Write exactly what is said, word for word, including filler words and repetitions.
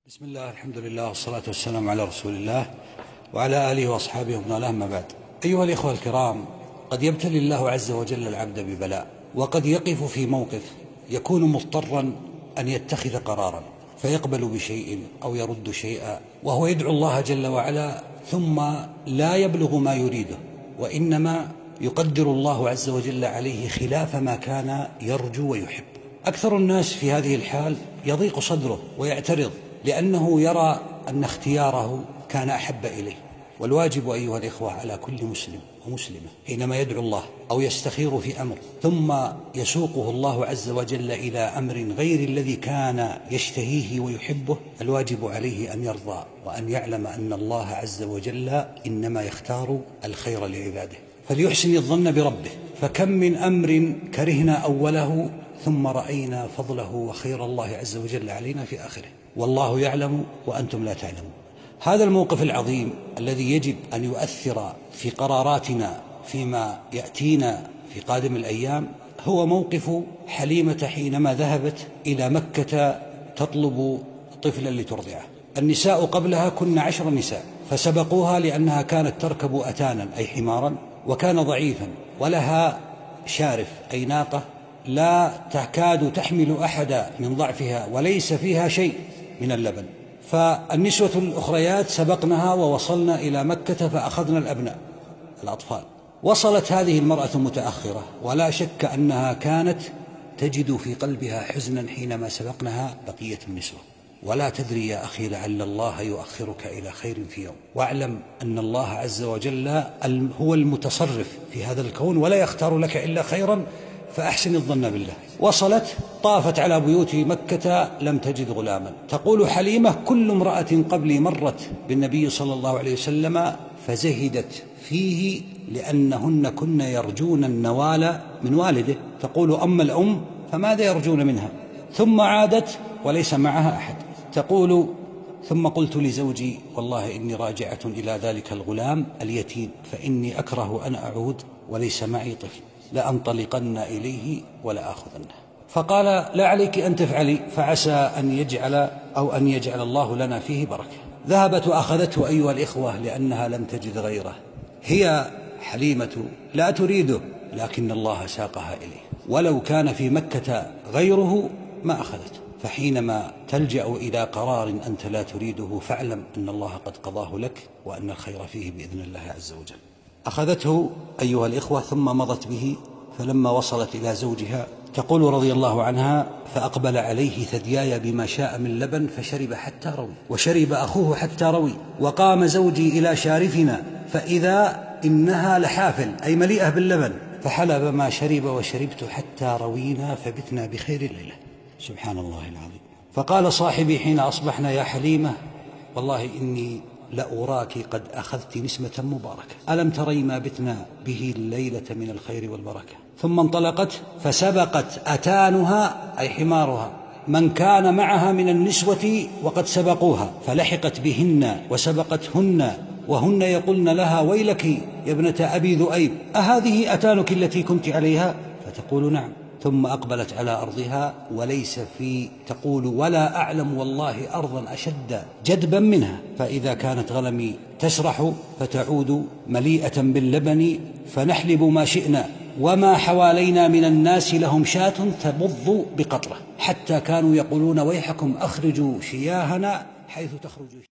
بسم الله، الحمد لله، والصلاة والسلام على رسول الله وعلى آله وأصحابه ومن والاه، أما بعد. أيها الإخوة الكرام، قد يبتلي الله عز وجل العبد ببلاء، وقد يقف في موقف يكون مضطرا أن يتخذ قرارا فيقبل بشيء أو يرد شيئا، وهو يدعو الله جل وعلا ثم لا يبلغ ما يريده، وإنما يقدر الله عز وجل عليه خلاف ما كان يرجو ويحب. أكثر الناس في هذه الحال يضيق صدره ويعترض، لأنه يرى أن اختياره كان أحب إليه. والواجب أيها الإخوة على كل مسلم ومسلمة حينما يدعو الله أو يستخير في أمر ثم يسوقه الله عز وجل إلى أمر غير الذي كان يشتهيه ويحبه، الواجب عليه أن يرضى وأن يعلم أن الله عز وجل إنما يختار الخير لعباده، فليحسن الظن بربه. فكم من أمر كرهنا أوله ثم رأينا فضله وخير الله عز وجل علينا في آخره، والله يعلم وأنتم لا تعلمون. هذا الموقف العظيم الذي يجب أن يؤثر في قراراتنا فيما يأتينا في قادم الأيام هو موقف حليمة حينما ذهبت إلى مكة تطلب طفلا لترضعه. النساء قبلها كن عشر نساء، فسبقوها لأنها كانت تركب أتانا أي حمارا، وكان ضعيفا، ولها شارف أي ناقة لا تكاد تحمل أحد من ضعفها، وليس فيها شيء من اللبن. فالنسوة الأخريات سبقنها ووصلنا إلى مكة فأخذنا الأبناء الأطفال. وصلت هذه المرأة متأخرة، ولا شك أنها كانت تجد في قلبها حزنا حينما سبقنها بقية النسوة. ولا تدري يا أخي لعل الله يؤخرك إلى خير في يوم، واعلم أن الله عز وجل هو المتصرف في هذا الكون ولا يختار لك إلا خيرا، فأحسن الظن بالله. وصلت طافت على بيوت مكة لم تجد غلاما. تقول حليمة: كل امرأة قبلي مرت بالنبي صلى الله عليه وسلم فزهدت فيه لأنهن كن يرجون النوال من والده. تقول: أما الأم فماذا يرجون منها؟ ثم عادت وليس معها أحد. تقول: ثم قلت لزوجي: والله إني راجعة إلى ذلك الغلام اليتيم، فإني أكره أن أعود وليس معي طفل، لأنطلقن إليه ولا آخذنه. فقال: لا عليك أن تفعلي، فعسى أن يجعل أو أن يجعل الله لنا فيه بركة. ذهبت وأخذته أيها الإخوة لأنها لم تجد غيره. هي حليمة لا تريده، لكن الله ساقها إليه، ولو كان في مكة غيره ما أخذته. فحينما تلجأ إلى قرار أنت لا تريده فاعلم أن الله قد قضاه لك وأن الخير فيه بإذن الله عز وجل. أخذته أيها الإخوة ثم مضت به، فلما وصلت إلى زوجها تقول رضي الله عنها: فأقبل عليه ثدياي بما شاء من لبن فشرب حتى روي، وشرب أخوه حتى روي، وقام زوجي إلى شارفنا فإذا إنها لحافل أي مليئة باللبن، فحلب ما شرب وشربت حتى روينا فبتنا بخير الليلة. سبحان الله العظيم. فقال صاحبي حين أصبحنا: يا حليمة، والله إني لأراك قد أخذت نسمة مباركة، ألم تري ما بتنا به الليلة من الخير والبركة؟ ثم انطلقت فسبقت أتانها أي حمارها من كان معها من النسوة وقد سبقوها، فلحقت بهن وسبقتهن، وهن يقولن لها: ويلك يا ابنة أبي ذؤيب، أهذه أتانك التي كنت عليها؟ فتقول: نعم. ثم أقبلت على أرضها وليس في تقول: ولا أعلم والله أرضا أشد جدبا منها، فإذا كانت غنمي تسرح فتعود مليئة باللبن فنحلب ما شئنا، وما حوالينا من الناس لهم شاة تبض بقطرة، حتى كانوا يقولون: ويحكم أخرجوا شياهنا حيث تخرج